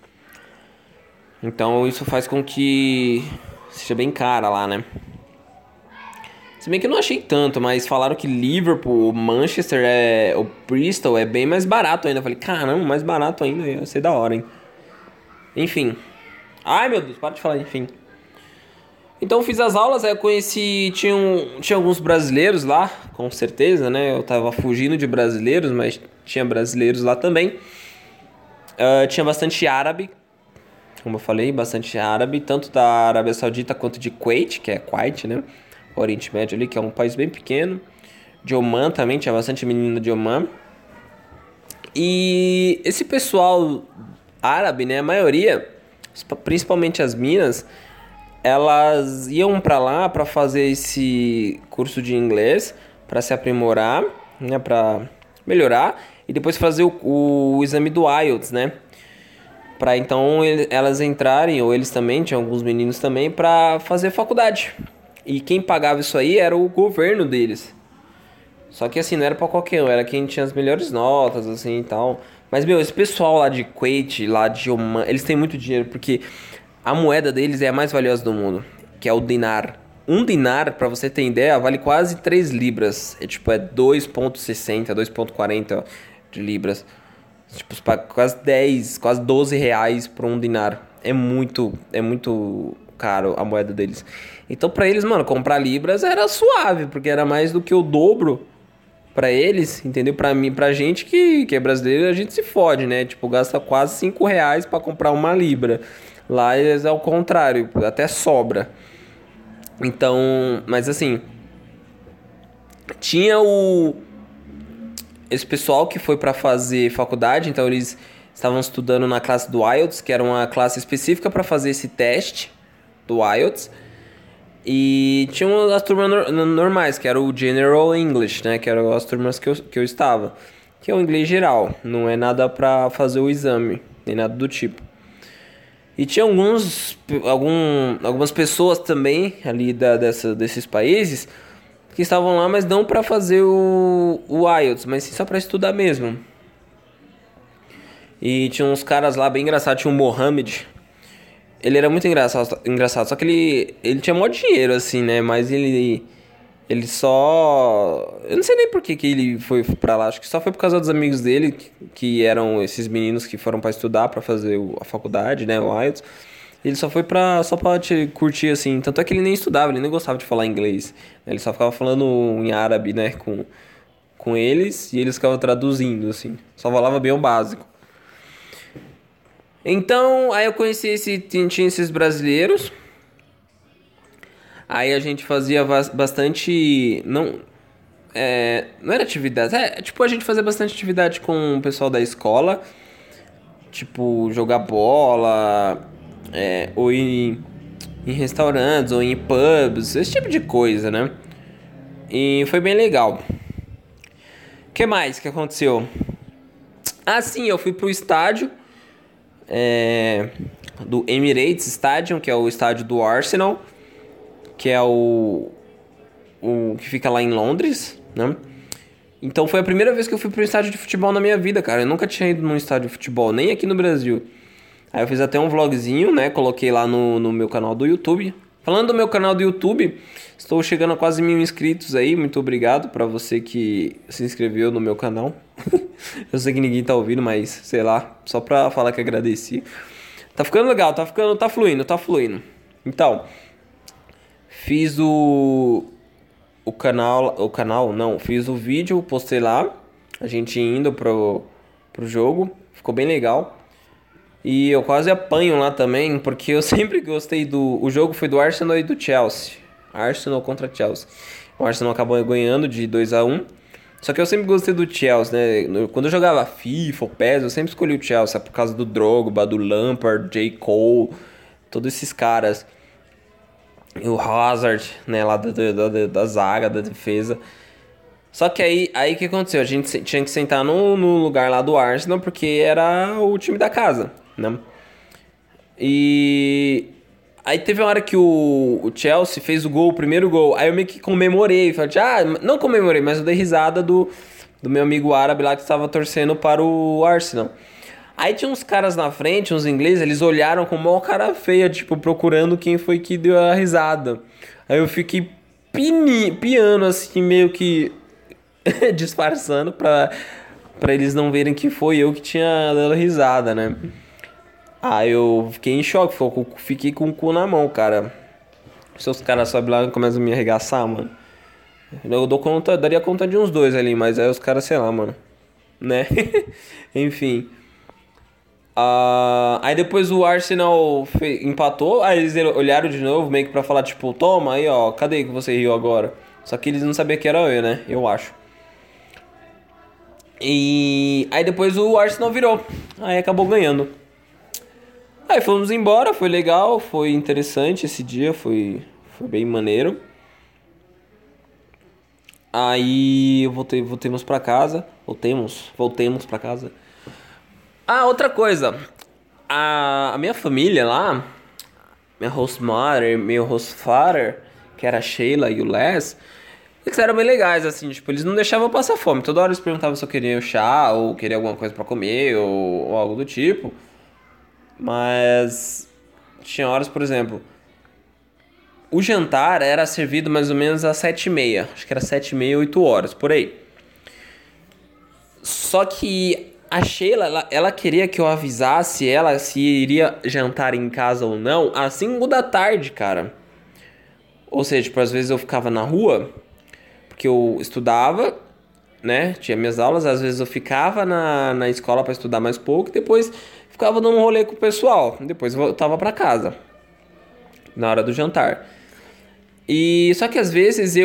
Então isso faz com que seja bem cara lá, né? Se bem que eu não achei tanto, mas falaram que Liverpool, Manchester, o Bristol é bem mais barato ainda. Eu falei, caramba, mais barato ainda, ia ser da hora, hein? Enfim. Ai, meu Deus, para de falar, enfim. Então eu fiz as aulas, aí eu conheci... Tinha alguns brasileiros lá, com certeza, né? Eu tava fugindo de brasileiros, mas tinha brasileiros lá também. Tinha bastante árabe, como eu falei, bastante árabe. Tanto da Arábia Saudita quanto de Kuwait, que é Kuwait, né? O Oriente Médio ali, que é um país bem pequeno. De Oman também, tinha bastante menina de Oman. E esse pessoal árabe, né? A maioria, principalmente as minas, elas iam pra lá pra fazer esse curso de inglês, pra se aprimorar, né? Pra melhorar e depois fazer o exame do IELTS, né? Pra então elas entrarem, ou eles também, tinha alguns meninos também, pra fazer faculdade. E quem pagava isso aí era o governo deles. Só que assim, não era pra qualquer um, era quem tinha as melhores notas, assim e tal. Mas, meu, esse pessoal lá de Kuwait, lá de Oman, eles têm muito dinheiro, porque a moeda deles é a mais valiosa do mundo, que é o dinar. Um dinar, pra você ter ideia, vale quase 3 libras. É tipo, é 2,60, 2,40 de libras. Tipo, quase 10, quase 12 reais por um dinar. É muito caro a moeda deles. Então, pra eles, mano, comprar libras era suave, porque era mais do que o dobro pra eles, entendeu? Pra mim, pra gente que é brasileiro, a gente se fode, né? Tipo, gasta quase 5 reais pra comprar uma libra. Lá é ao contrário, até sobra. Então, mas assim, tinha esse pessoal que foi pra fazer faculdade, então eles estavam estudando na classe do IELTS, que era uma classe específica pra fazer esse teste do IELTS. E tinha as turmas normais, que era o General English, né? Que eram as turmas que eu estava. Que é o inglês geral, não é nada pra fazer o exame, nem nada do tipo. E tinha algumas pessoas também ali desses países que estavam lá, mas não pra fazer o IELTS, mas sim só pra estudar mesmo. E tinha uns caras lá bem engraçados, tinha o Mohammed. Ele era muito engraçado, só que ele tinha mó dinheiro, assim, né? Mas ele só... Eu não sei nem por que ele foi pra lá. Acho que só foi por causa dos amigos dele, que eram esses meninos que foram pra estudar, pra fazer a faculdade, né? O IELTS. Ele só foi só pra te curtir, assim. Tanto é que ele nem estudava, ele nem gostava de falar inglês. Ele só ficava falando em árabe, né? Com eles, e eles ficavam traduzindo, assim. Só falava bem o básico. Então, aí eu conheci tinha esses brasileiros. Aí a gente fazia bastante... não era atividade. Tipo, a gente fazia bastante atividade com o pessoal da escola. Tipo, jogar bola. Ou ir em restaurantes, ou em pubs. Esse tipo de coisa, né? E foi bem legal. O que mais que aconteceu? Ah, sim, eu fui pro estádio. Do Emirates Stadium, que é o estádio do Arsenal, que é o que fica lá em Londres, né? Então foi a primeira vez que eu fui para um estádio de futebol na minha vida, cara. Eu nunca tinha ido num estádio de futebol, nem aqui no Brasil. Aí eu fiz até um vlogzinho, né? Coloquei lá no meu canal do YouTube. Falando do meu canal do YouTube, estou chegando a quase 1.000 inscritos aí. Muito obrigado para você que se inscreveu no meu canal. Eu sei que ninguém tá ouvindo, mas sei lá, só pra falar que agradeci. Tá ficando legal, tá fluindo. Então, fiz o canal, não, fiz o vídeo, postei lá, a gente indo pro jogo, ficou bem legal. E eu quase apanho lá também, porque eu sempre gostei o jogo foi do Arsenal e do Chelsea. Arsenal contra Chelsea. O Arsenal acabou ganhando de 2-1. Só que eu sempre gostei do Chelsea, né? Quando eu jogava FIFA ou PES, eu sempre escolhi o Chelsea por causa do Drogba, do Lampard, J. Cole, todos esses caras. E o Hazard, né? Lá da zaga, da defesa. Só que aí o que aconteceu? A gente tinha que sentar no lugar lá do Arsenal, porque era o time da casa, né? E aí teve uma hora que o Chelsea fez o primeiro gol. Aí eu meio que comemorei. Falei, não comemorei, mas eu dei risada do meu amigo árabe lá que estava torcendo para o Arsenal. Aí tinha uns caras na frente, uns ingleses, eles olharam com uma cara feia, tipo, procurando quem foi que deu a risada. Aí eu fiquei piando, assim, meio que disfarçando pra eles não verem que foi eu que tinha dado risada, né? Aí eu fiquei em choque, fiquei com o cu na mão, cara. Se os caras sobem lá e começam a me arregaçar, mano. Eu daria conta de uns dois ali, mas aí os caras, sei lá, mano. Né? Enfim. Aí depois o Arsenal empatou, aí eles olharam de novo, meio que pra falar, tipo, toma aí, ó, cadê que você riu agora? Só que eles não sabiam que era eu, né? Eu acho. E aí depois o Arsenal virou. Aí acabou ganhando. Aí fomos embora, foi legal, foi interessante esse dia, foi bem maneiro. Aí voltemos pra casa. Voltemos pra casa. Ah, outra coisa. A minha família lá, minha host mother, meu host father, que era a Sheila e o Les, eles eram bem legais, assim, tipo, eles não deixavam eu passar fome. Toda hora eles perguntavam se eu queria chá, ou queria alguma coisa pra comer, ou algo do tipo. Mas tinha horas, por exemplo, o jantar era servido mais ou menos às 7h30. Acho que era 7h30, 8 horas, por aí. Só que a Sheila, ela queria que eu avisasse ela se iria jantar em casa ou não às 5 da tarde, cara. Ou seja, tipo, às vezes eu ficava na rua, porque eu estudava, né? Tinha minhas aulas, às vezes eu ficava na escola pra estudar mais pouco, depois ficava dando um rolê com o pessoal. Depois eu voltava pra casa, na hora do jantar. E só que às vezes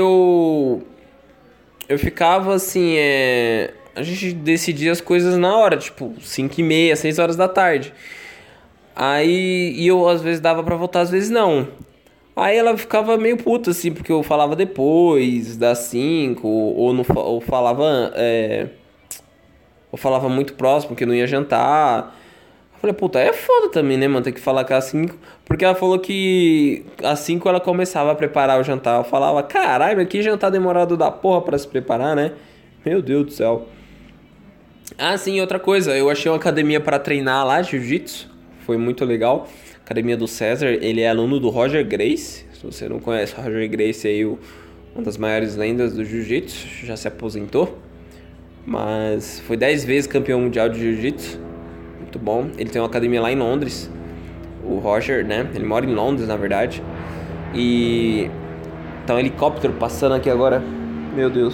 eu ficava assim, a gente decidia as coisas na hora, tipo 5h30, 6 horas da tarde. Aí e eu às vezes dava pra voltar, às vezes não. Aí ela ficava meio puta assim, porque eu falava depois das 5 ou não ou falava ou falava muito próximo que não ia jantar. Eu falei, puta, é foda também, né, mano? Tem que falar que é às 5. Porque ela falou que às 5 ela começava a preparar o jantar. Eu falava, caralho, mas que jantar demorado da porra pra se preparar, né? Meu Deus do céu. Ah, sim, outra coisa. Eu achei uma academia pra treinar lá, jiu-jitsu. Foi muito legal. Academia do César. Ele é aluno do Roger Gracie. Se você não conhece o Roger Gracie aí, uma das maiores lendas do jiu-jitsu. Já se aposentou. Mas foi 10 vezes campeão mundial de jiu-jitsu. Muito bom. Ele tem uma academia lá em Londres. O Roger, né? Ele mora em Londres, na verdade. E tá um helicóptero passando aqui agora. Meu Deus.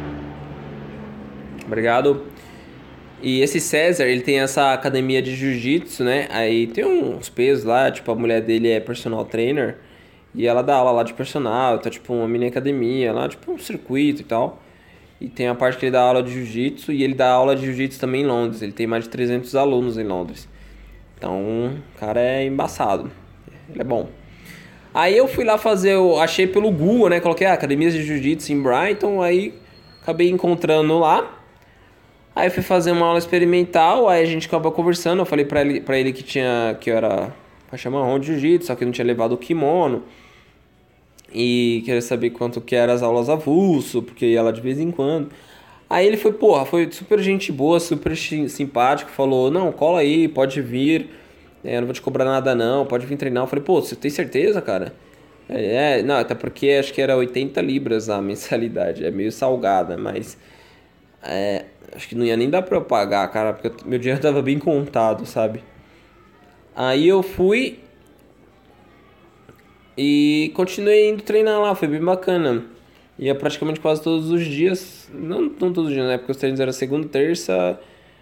Obrigado. E esse César, ele tem essa academia de jiu-jitsu, né? Aí tem uns pesos lá, tipo, a mulher dele é personal trainer. E ela dá aula lá de personal, tá tipo uma mini academia lá, tipo um circuito e tal. E tem a parte que ele dá aula de jiu-jitsu e ele dá aula de jiu-jitsu também em Londres. Ele tem mais de 300 alunos em Londres. Então, o cara é embaçado. Ele é bom. Aí eu fui lá fazer, eu achei pelo Google, né? Coloquei academias de jiu-jitsu em Brighton, aí acabei encontrando lá. Aí fui fazer uma aula experimental, aí a gente acabou conversando, eu falei pra ele que eu era faixa marrom de jiu-jitsu, só que eu não tinha levado o kimono. E queria saber quanto que eram as aulas avulso, porque ia lá de vez em quando. Aí ele foi, porra, foi super gente boa, super simpático, falou, não, cola aí, pode vir, eu não vou te cobrar nada não, pode vir treinar. Eu falei, pô, você tem certeza, cara? Não, até porque acho que era 80 libras a mensalidade, é meio salgada, mas acho que não ia nem dar pra eu pagar, cara, porque meu dinheiro tava bem contado, sabe? Aí eu fui e continuei indo treinar lá, foi bem bacana. Ia praticamente quase todos os dias. Não todos os dias, né? Porque os treinos eram segunda, terça.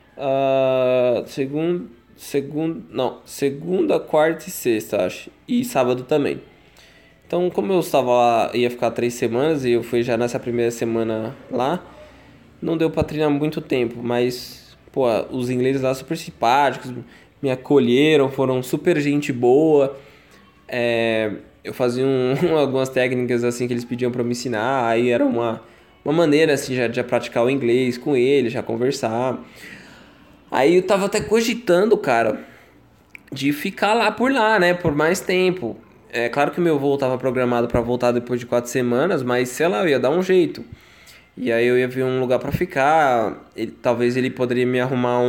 Segunda, quarta e sexta, acho. E sábado também. Então, como eu estava lá, ia ficar 3 semanas e eu fui já nessa primeira semana lá, não deu pra treinar muito tempo. Mas, pô, os ingleses lá super simpáticos, me acolheram, foram super gente boa. Eu fazia algumas técnicas assim que eles pediam pra me ensinar, aí era uma maneira assim já de praticar o inglês com eles, já conversar. Aí eu tava até cogitando, cara, de ficar lá por lá, né, por mais tempo. É claro que o meu voo tava programado pra voltar depois de 4 semanas, mas sei lá, eu ia dar um jeito. E aí eu ia ver um lugar pra ficar, talvez ele poderia me arrumar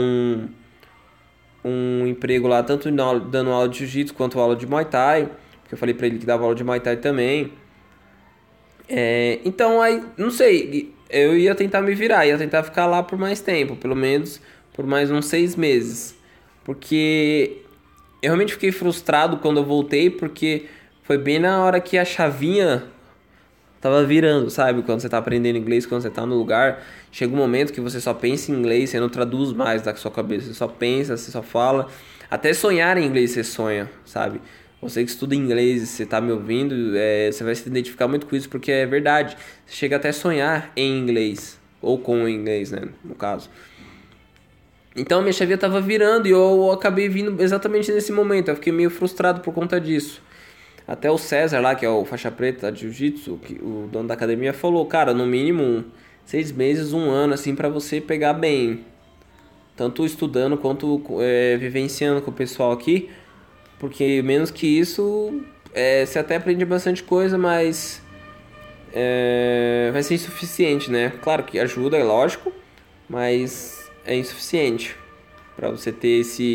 um emprego lá, tanto dando aula de jiu-jitsu quanto aula de Muay Thai. Porque eu falei pra ele que dava aula de Muay Thai também. Então aí, não sei, eu ia tentar me virar, ia tentar ficar lá por mais tempo, pelo menos por mais uns 6 meses. Porque eu realmente fiquei frustrado quando eu voltei, porque foi bem na hora que a chavinha tava virando, sabe? Quando você tá aprendendo inglês, quando você tá no lugar, chega um momento que você só pensa em inglês, você não traduz mais da sua cabeça, você só pensa, você só fala. Até sonhar em inglês você sonha, sabe? Você que estuda inglês, você tá me ouvindo, você vai se identificar muito com isso, porque é verdade. Você chega até a sonhar em inglês, ou com inglês, né, no caso. Então a minha chavinha tava virando e eu acabei vindo exatamente nesse momento. Eu fiquei meio frustrado por conta disso. Até o César lá, que é o faixa preta de jiu-jitsu, o dono da academia, falou, cara, no mínimo 6 meses, um ano, assim, pra você pegar bem. Tanto estudando quanto vivenciando com o pessoal aqui. Porque menos que isso, você até aprende bastante coisa, mas vai ser insuficiente, né? Claro que ajuda, é lógico, mas é insuficiente pra você ter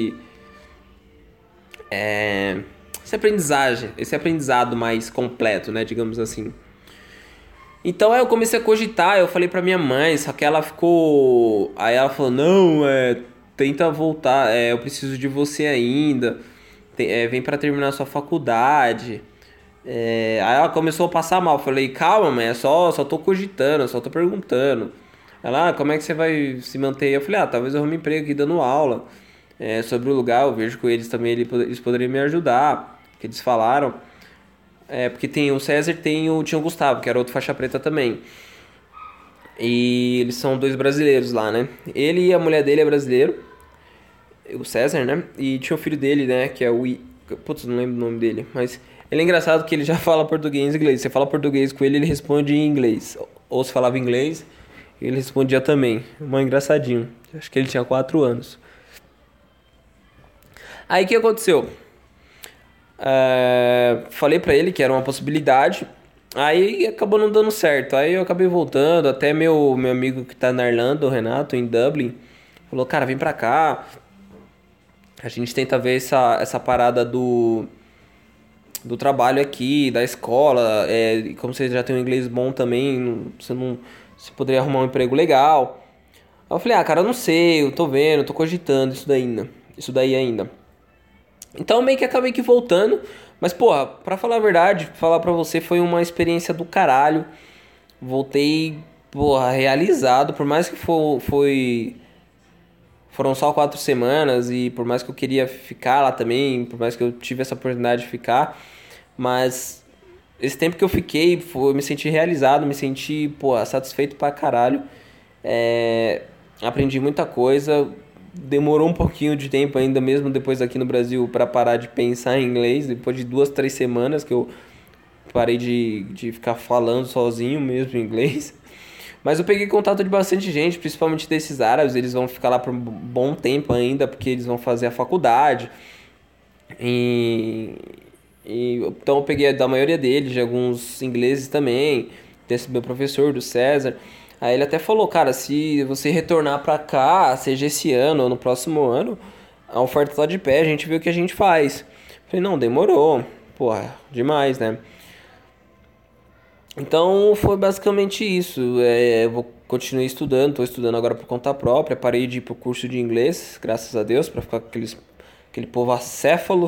esse aprendizado mais completo, né? Digamos assim. Então aí eu comecei a cogitar, eu falei pra minha mãe, só que ela ficou. Aí ela falou, não, tenta voltar, eu preciso de você ainda. Vem pra terminar sua faculdade. Aí ela começou a passar mal. Eu falei, calma, mãe, só tô cogitando, só tô perguntando. Ela, como é que você vai se manter? Eu falei, talvez eu arrume emprego aqui dando aula. Sobre o lugar, eu vejo com eles também, eles poderiam me ajudar. Que eles falaram. Porque tem o César tinha o Gustavo, que era outro faixa preta também. E eles são dois brasileiros lá, né? Ele e a mulher dele é brasileiro, o César, né? E tinha o filho dele, né? Que é o Putz, não lembro o nome dele. Mas ele é engraçado que ele já fala português e inglês. Você fala português com ele, ele responde em inglês. Ou se falava inglês, ele respondia também. Um engraçadinho. Acho que ele tinha 4 anos. Aí o que aconteceu? Falei pra ele que era uma possibilidade. Aí acabou não dando certo. Aí eu acabei voltando. Até meu amigo que tá na Irlanda, o Renato, em Dublin, falou: cara, vem pra cá. A gente tenta ver essa parada do trabalho aqui, da escola. E como você já tem um inglês bom também, você poderia arrumar um emprego legal. Aí eu falei: cara, eu não sei, eu tô vendo, eu tô cogitando isso daí ainda. Então meio que acabei que voltando. Mas, porra, pra falar a verdade, falar pra você, foi uma experiência do caralho. Voltei, porra, realizado. Por mais que foram só 4 semanas. E por mais que eu queria ficar lá também. Por mais que eu tive essa oportunidade de ficar. Mas esse tempo que eu fiquei, eu me senti realizado. Me senti, porra, satisfeito pra caralho. Aprendi muita coisa. Demorou um pouquinho de tempo ainda, mesmo depois aqui no Brasil, para parar de pensar em inglês. Depois de 2, 3 semanas que eu parei de ficar falando sozinho mesmo em inglês. Mas eu peguei contato de bastante gente, principalmente desses árabes. Eles vão ficar lá por um bom tempo ainda, porque eles vão fazer a faculdade. Então eu peguei da maioria deles, de alguns ingleses também. Desse meu professor, do César. Aí ele até falou, cara, se você retornar pra cá, seja esse ano ou no próximo ano, a oferta tá de pé, a gente vê o que a gente faz. Eu falei, não, demorou. Porra, demais, né? Então foi basicamente isso. Eu vou continuar estudando, tô estudando agora por conta própria. Parei de ir pro curso de inglês, graças a Deus, pra ficar com aquele povo acéfalo.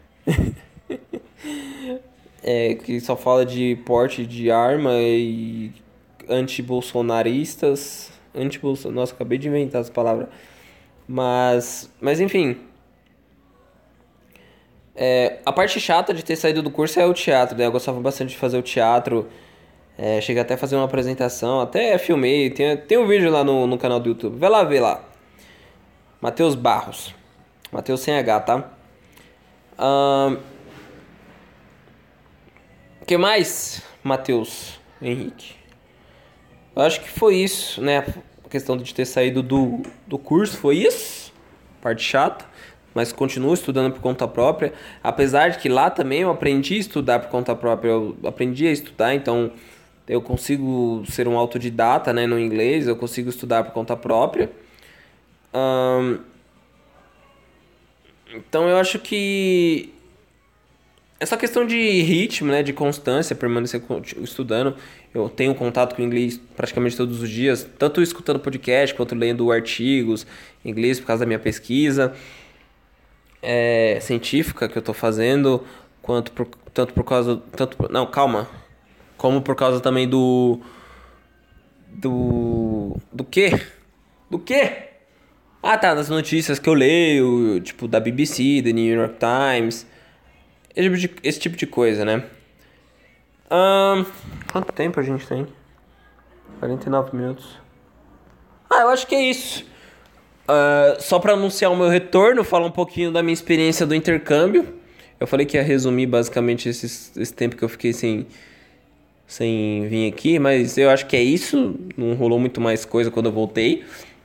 Que só fala de porte de arma e anti-bolsonaristas. Nossa, acabei de inventar essa palavra. Mas enfim. A parte chata de ter saído do curso é o teatro, né? Eu gostava bastante de fazer o teatro. Cheguei até a fazer uma apresentação, até filmei. Tem um vídeo lá no canal do YouTube. Vai lá ver lá. Matheus Barros. Matheus sem H, tá? Que mais, Matheus Henrique? Eu acho que foi isso, né? A questão de ter saído do curso foi isso. Parte chata. Mas continuo estudando por conta própria. Apesar de que lá também eu aprendi a estudar por conta própria. Eu aprendi a estudar, então eu consigo ser um autodidata, né, no inglês. Eu consigo estudar por conta própria. Então eu acho que essa questão de ritmo, né, de constância, permanecer estudando. Eu tenho contato com o inglês praticamente todos os dias, tanto escutando podcast quanto lendo artigos em inglês por causa da minha pesquisa científica que eu tô fazendo, como por causa também do quê? Do quê? Ah, tá, das notícias que eu leio, tipo da BBC, da New York Times, esse tipo de coisa, né? Quanto tempo a gente tem? 49 minutos. Eu acho que é isso. Só para anunciar o meu retorno, falar um pouquinho da minha experiência do intercâmbio. Eu falei que ia resumir basicamente esse tempo que eu fiquei sem vir aqui, mas eu acho que é isso. Não rolou muito mais coisa quando eu voltei.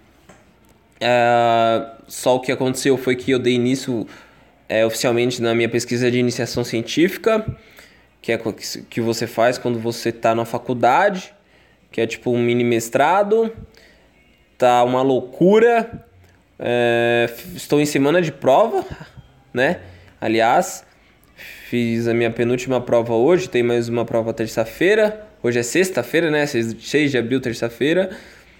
Só o que aconteceu foi que eu dei início oficialmente na minha pesquisa de iniciação científica, que é que você faz quando você está na faculdade, que é tipo um mini mestrado. Tá uma loucura. Estou em semana de prova, né? Aliás, fiz a minha penúltima prova hoje, tem mais uma prova terça-feira. Hoje é sexta-feira, né? 6 de abril, terça-feira.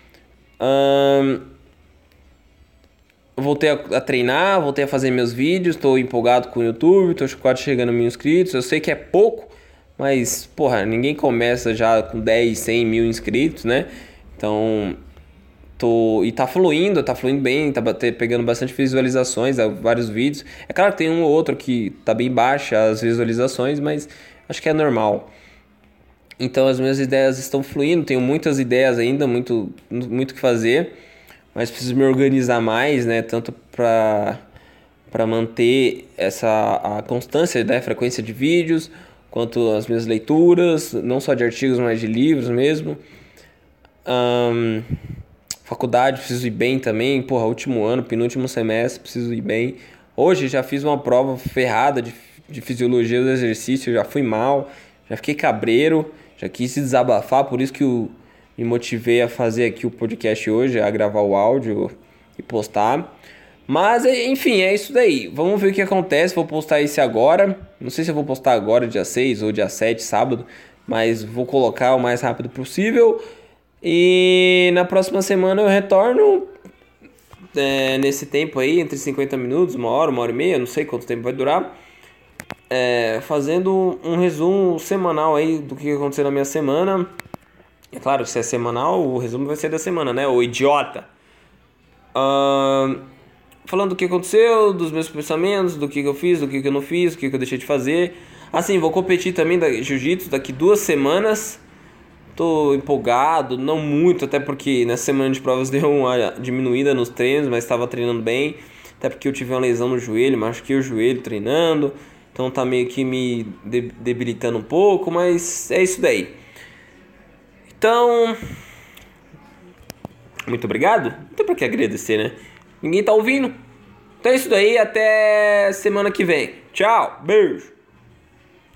Voltei a treinar, voltei a fazer meus vídeos, estou empolgado com o YouTube, estou quase chegando a 1.000 inscritos. Eu sei que é pouco, mas, porra, ninguém começa já com 10, 100 mil inscritos, né? Então, e tá fluindo bem, tá pegando bastante visualizações, vários vídeos. É claro que tem um ou outro que tá bem baixa as visualizações, mas acho que é normal. Então as minhas ideias estão fluindo, tenho muitas ideias ainda, muito que fazer, mas preciso me organizar mais, né? Tanto para manter a constância da frequência de vídeos, quanto as minhas leituras, não só de artigos, mas de livros mesmo. Faculdade, preciso ir bem também. Porra, último ano, penúltimo semestre, preciso ir bem. Hoje já fiz uma prova ferrada de fisiologia do exercício, já fui mal, já fiquei cabreiro, já quis se desabafar, por isso que eu me motivei a fazer aqui o podcast hoje, a gravar o áudio e postar. Mas, enfim, é isso daí. Vamos ver o que acontece, vou postar esse agora. Não sei se eu vou postar agora, dia 6 ou dia 7, sábado, mas vou colocar o mais rápido possível. E na próxima semana eu retorno nesse tempo aí, entre 50 minutos, 1 hora e meia, não sei quanto tempo vai durar, fazendo um resumo semanal aí do que aconteceu na minha semana. É claro que se é semanal, o resumo vai ser da semana, né, ô idiota? Falando do que aconteceu, dos meus pensamentos, do que eu fiz, do que eu não fiz, do que eu deixei de fazer. Assim, vou competir também da jiu-jitsu daqui 2 semanas. Tô empolgado, não muito, até porque nessa semana de provas deu uma diminuída nos treinos, mas estava treinando bem. Até porque eu tive uma lesão no joelho, machuquei o joelho treinando. Então tá meio que me debilitando um pouco, mas é isso daí. Então, muito obrigado. Não tem pra que agradecer, né? Ninguém tá ouvindo. Então é isso daí, até semana que vem. Tchau, beijo.